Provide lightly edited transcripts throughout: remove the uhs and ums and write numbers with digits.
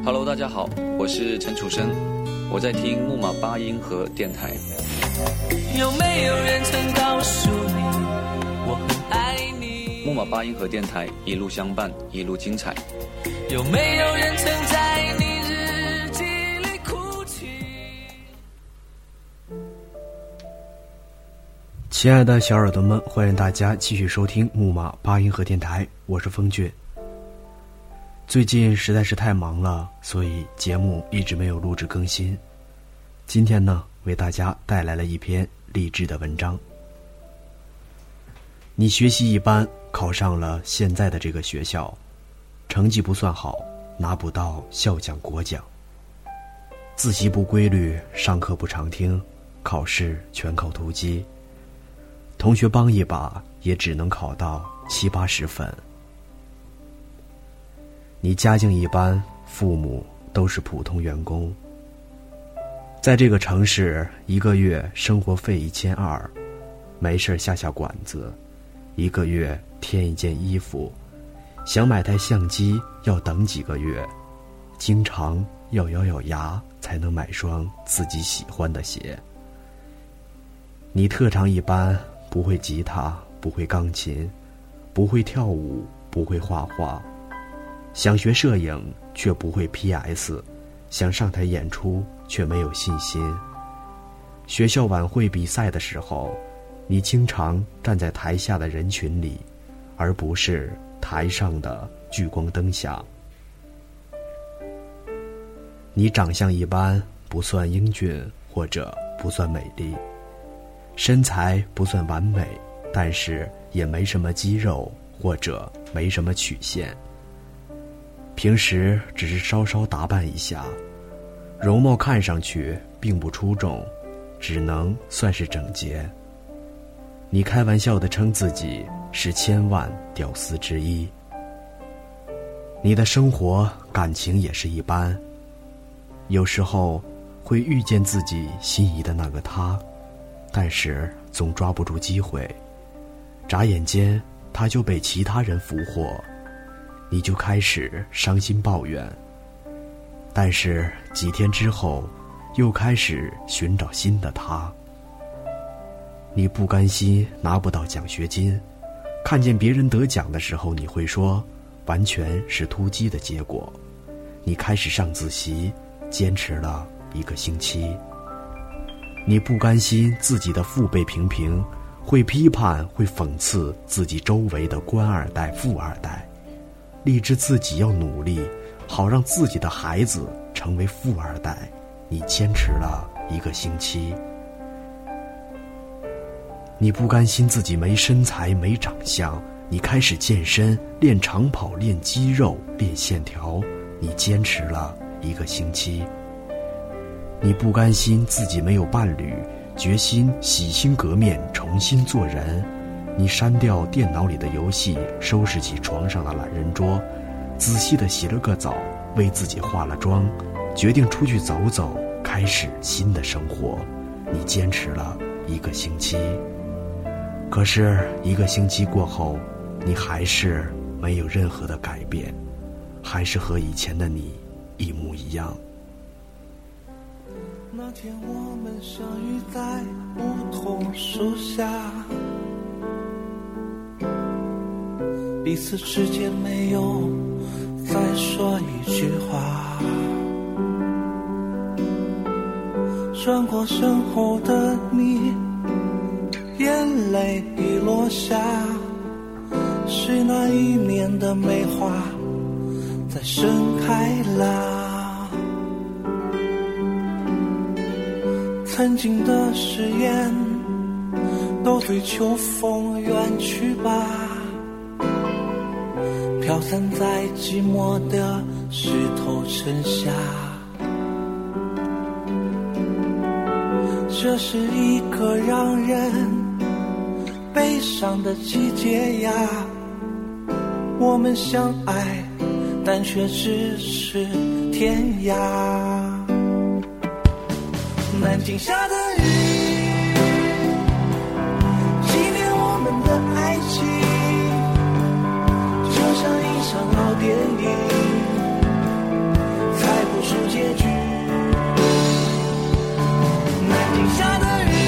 Hello， 大家好，我是陈楚生，我在听木马八音盒电台。 有没有人曾告诉你，我很爱你？ 木马八音盒电台一路相伴，一路精彩。 有没有人曾在你日记里哭泣？ 亲爱的小耳朵们，欢迎大家继续收听木马八音盒电台，我是风俊。最近实在是太忙了，所以节目一直没有录制更新。今天呢，为大家带来了一篇励志的文章。你学习一般，考上了现在的这个学校，成绩不算好，拿不到校奖国奖。自习不规律，上课不常听，考试全靠突击。同学帮一把，也只能考到70-80分。你家境一般，父母都是普通员工。在这个城市，一个月生活费1200，没事下馆子，一个月添一件衣服，想买台相机要等几个月，经常要咬牙才能买双自己喜欢的鞋。你特长一般，不会吉他，不会钢琴，不会跳舞，不会画画，想学摄影却不会 PS， 想上台演出却没有信心。学校晚会比赛的时候，你经常站在台下的人群里，而不是台上的聚光灯下。你长相一般，不算英俊或者不算美丽，身材不算完美，但是也没什么肌肉或者没什么曲线。平时只是稍稍打扮一下，容貌看上去并不出众，只能算是整洁。你开玩笑地称自己是1000万屌丝之一。你的生活感情也是一般，有时候会遇见自己心仪的那个他，但是总抓不住机会，眨眼间他就被其他人俘获，你就开始伤心抱怨。但是几天之后，又开始寻找新的他。你不甘心拿不到奖学金，看见别人得奖的时候，你会说完全是突击的结果。你开始上自习，坚持了1个星期。你不甘心自己的父辈平平，会批判会讽刺自己周围的官二代富二代，立志自己要努力，好让自己的孩子成为富二代。你坚持了1个星期。你不甘心自己没身材没长相，你开始健身，练长跑，练肌肉，练线条。你坚持了1个星期。你不甘心自己没有伴侣，决心洗心革面，重新做人。你删掉电脑里的游戏，收拾起床上的懒人桌，仔细地洗了个澡，为自己化了妆，决定出去走走，开始新的生活。你坚持了1个星期。可是1个星期过后，你还是没有任何的改变，还是和以前的你一模一样。 那天我们相遇在梧桐树下，彼此之间没有再说一句话，转过身后的你，眼泪已落下，是那一年的梅花在盛开啦。曾经的誓言都随秋风远去吧，飘散在寂寞的石头城下。这是一个让人悲伤的季节呀，我们相爱，但却只是天涯。南京下的雨，纪念我们的爱情，就像一场老电影，才出结局。南京下的雨，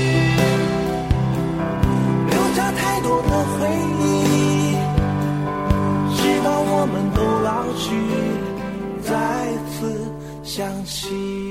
留下太多的回忆，直到我们都老去，再次想起。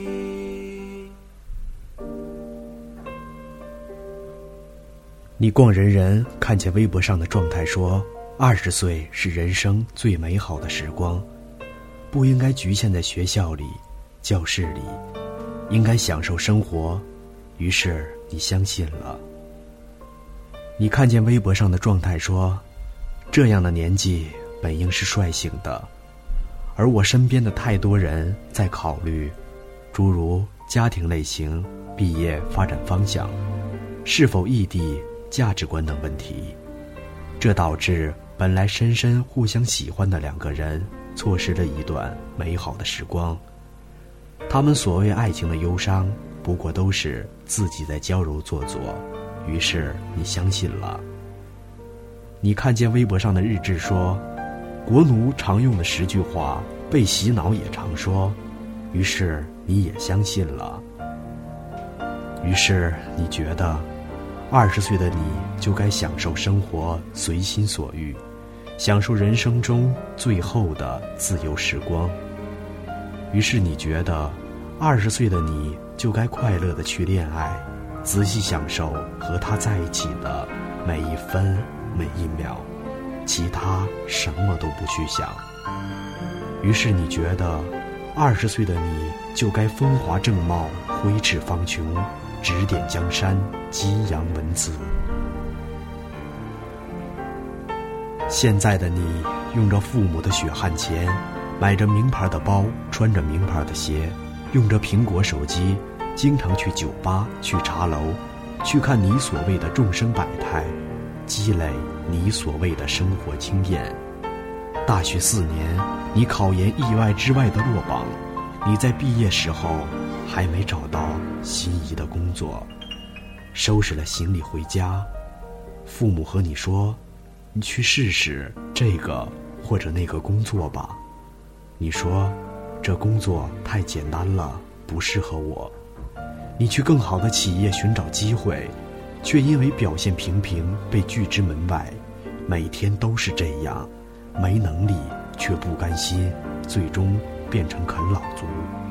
你逛人人看见微博上的状态说，20岁是人生最美好的时光，不应该局限在学校里、教室里，应该享受生活。于是你相信了。你看见微博上的状态说，这样的年纪本应是率性的，而我身边的太多人在考虑诸如家庭类型、毕业发展方向、是否异地、价值观等问题，这导致本来深深互相喜欢的两个人错失了一段美好的时光。他们所谓爱情的忧伤，不过都是自己在矫揉做作，于是你相信了。你看见微博上的日志说，国奴常用的10句话，被洗脑也常说，于是你也相信了。于是你觉得20岁的你就该享受生活，随心所欲，享受人生中最后的自由时光。于是你觉得20岁的你就该快乐地去恋爱，仔细享受和他在一起的每一分每一秒，其他什么都不去想。于是你觉得20岁的你就该风华正茂，挥斥方遒，指点江山，激扬文字。现在的你用着父母的血汗钱，买着名牌的包，穿着名牌的鞋，用着苹果手机，经常去酒吧、去茶楼，去看你所谓的众生百态，积累你所谓的生活经验。大学4年，你考研意外之外的落榜，你在毕业时候还没找到心仪的工作，收拾了行李回家，父母和你说，你去试试这个或者那个工作吧。你说，这工作太简单了，不适合我。你去更好的企业寻找机会，却因为表现平平被拒之门外。每天都是这样，没能力却不甘心，最终变成啃老族。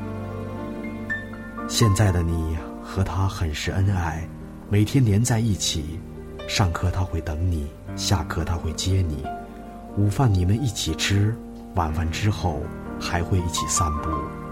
现在的你和他很是恩爱，每天黏在一起，上课他会等你，下课他会接你，午饭你们一起吃，晚饭之后还会一起散步。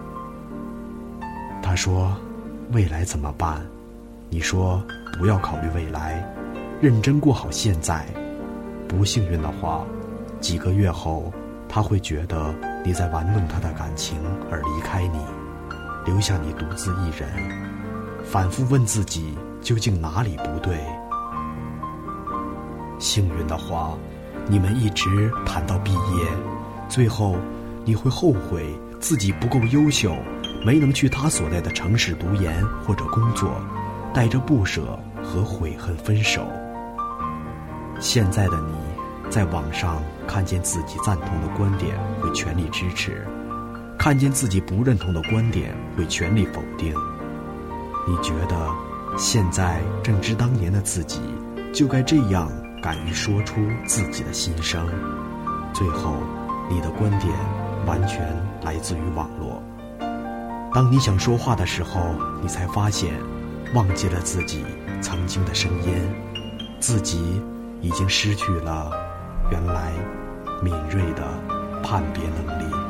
他说，未来怎么办？你说，不要考虑未来，认真过好现在。不幸运的话，几个月后他会觉得你在玩弄他的感情而离开你，留下你独自一人，反复问自己究竟哪里不对。幸运的话，你们一直谈到毕业，最后你会后悔自己不够优秀，没能去他所在的城市读研或者工作，带着不舍和悔恨分手。现在的你在网上看见自己赞同的观点会全力支持，看见自己不认同的观点会全力否定。你觉得现在正值当年的自己就该这样敢于说出自己的心声。最后你的观点完全来自于网络，当你想说话的时候，你才发现忘记了自己曾经的声音，自己已经失去了原来敏锐的判别能力。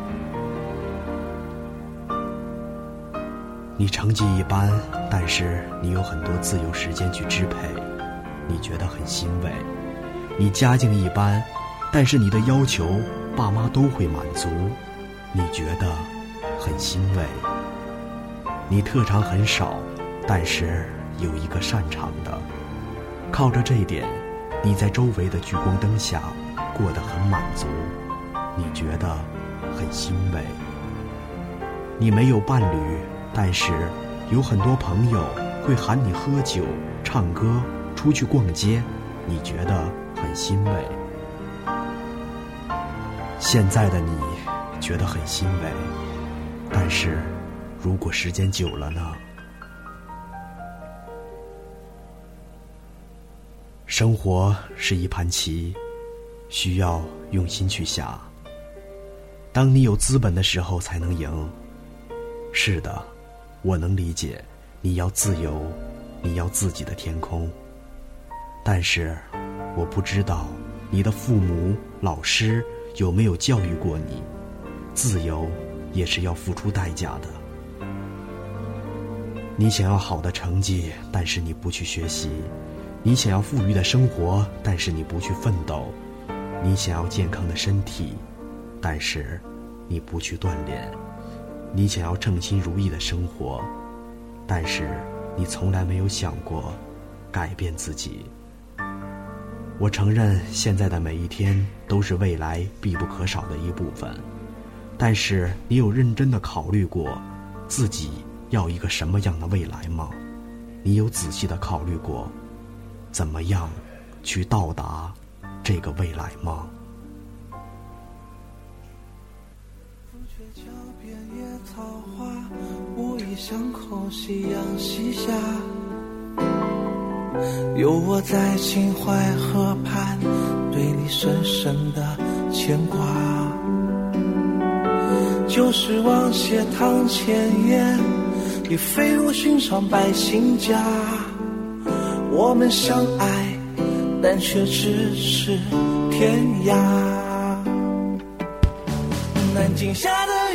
你成绩一般，但是你有很多自由时间去支配，你觉得很欣慰。你家境一般，但是你的要求爸妈都会满足，你觉得很欣慰。你特长很少，但是有一个擅长的，靠着这一点，你在周围的聚光灯下过得很满足，你觉得很欣慰。你没有伴侣，但是有很多朋友会喊你喝酒、唱歌、出去逛街，你觉得很欣慰。现在的你觉得很欣慰， 但是如果时间久了呢？生活是一盘棋，需要用心去下。当你有资本的时候才能赢。是的，我能理解，你要自由，你要自己的天空。但是我不知道你的父母、老师有没有教育过你，自由也是要付出代价的。你想要好的成绩，但是你不去学习；你想要富裕的生活，但是你不去奋斗；你想要健康的身体，但是你不去锻炼；你想要称心如意的生活，但是你从来没有想过改变自己。我承认现在的每一天都是未来必不可少的一部分，但是你有认真的考虑过自己要一个什么样的未来吗？你有仔细的考虑过怎么样去到达这个未来吗？ 桥边野草花，无意巷口夕阳西下，有我在秦淮河畔对你深深的牵挂。旧时王谢堂前燕，已飞入寻常百姓家。我们相爱，但却只是天涯。南京下的雨，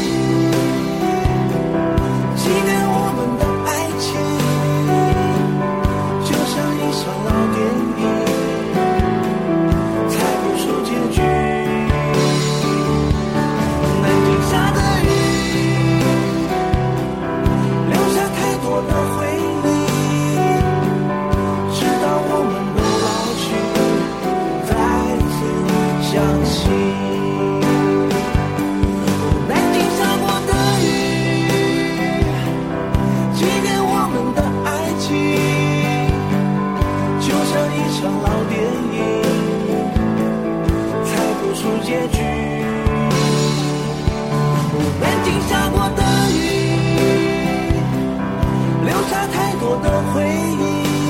纪念我们的爱情，就像一场老电影，猜不出结局。南京下的雨，留下太多的回忆，直到我们都老去，再次想起。结局，南京下过的雨，留下太多的回忆，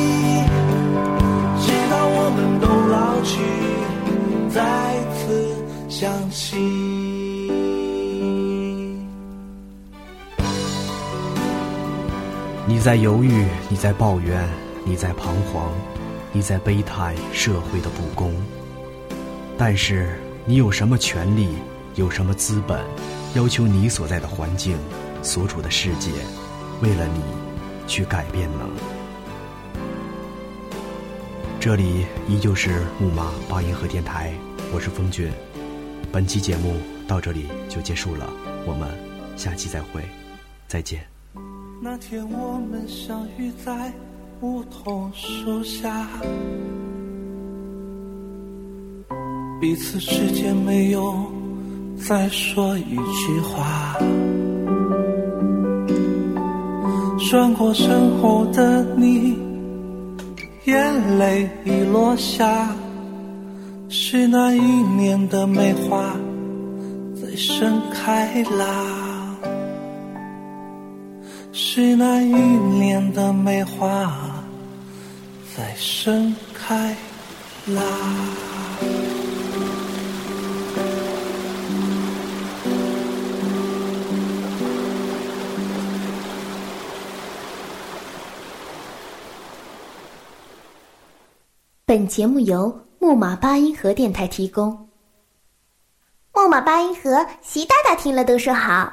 直到我们都老去，再次想起。 你在犹豫，你在抱怨，你在彷徨，你在悲叹社会的不公，但是你有什么权利，有什么资本，要求你所在的环境、所处的世界，为了你去改变呢？这里依旧是木马八音盒电台，我是风俊。本期节目到这里就结束了，我们下期再会，再见。 那天我们相遇在梧桐树下，彼此之间没有再说一句话，转过身后的你，眼泪已落下，是那一年的梅花在盛开啦，是那一年的梅花在盛开啦。 本节目由木马八音盒电台提供。 木马八音盒，习大大听了都说好。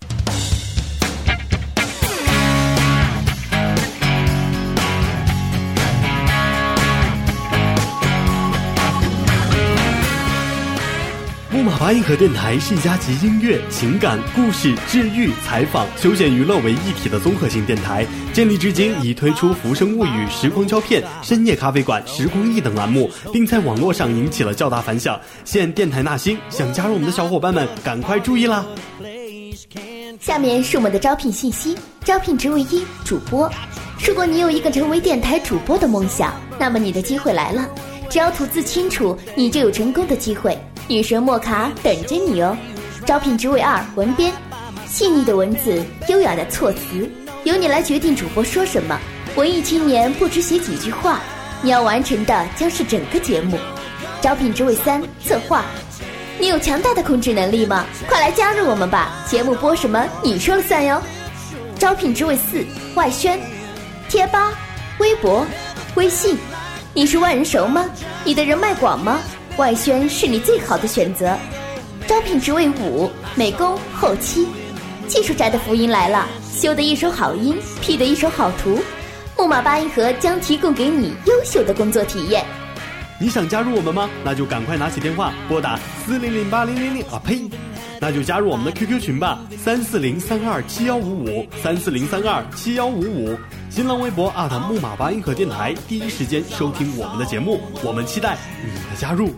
木马八音盒电台是一家集音乐、情感、故事、治愈、采访、休闲娱乐为一体的综合性电台。建立至今，已推出《浮生物语》、时光胶片、深夜咖啡馆、时光忆等栏目，并在网络上引起了较大反响。现电台纳新，想加入我们的小伙伴们，赶快注意啦！ 下面是我们的招聘信息：招聘职位1，主播。如果你有一个成为电台主播的梦想，那么你的机会来了。只要吐字清楚，你就有成功的机会。女神莫卡等着你哦。招聘职位2，文编。 细腻的文字，优雅的措辞，由你来决定主播说什么。文艺青年不只写几句话，你要完成的将是整个节目。招聘职位3，策划。你有强大的控制能力吗？快来加入我们吧！节目播什么，你说了算哟。招聘职位4，外宣。贴吧、微博、微信，你是万人熟吗？你的人脉广吗？外宣是你最好的选择。招聘职位5，美工、后期。技术宅的福音来了，修的一手好音，P 的一手好图，木马八音盒将提供给你优秀的工作体验。 你想加入我们吗？那就赶快拿起电话拨打400800啊呸！那就加入我们的 QQ 群吧，340327155 340327155。新浪微博木马八音盒电台，第一时间收听我们的节目，我们期待你的加入。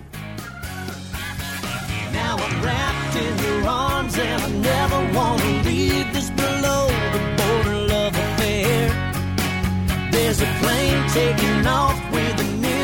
Now I'm wrapped in your arms and I never want to leave this below the border love affair. There's a plane taking off with a new